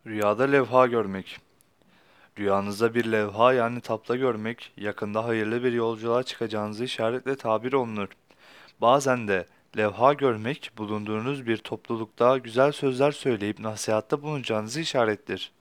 Rüyada levha görmek. Rüyanızda bir levha yani tablo görmek, yakında hayırlı bir yolculuğa çıkacağınızı işaretle tabir olunur. Bazen de levha görmek, bulunduğunuz bir toplulukta güzel sözler söyleyip nasihatta bulunacağınızı işarettir.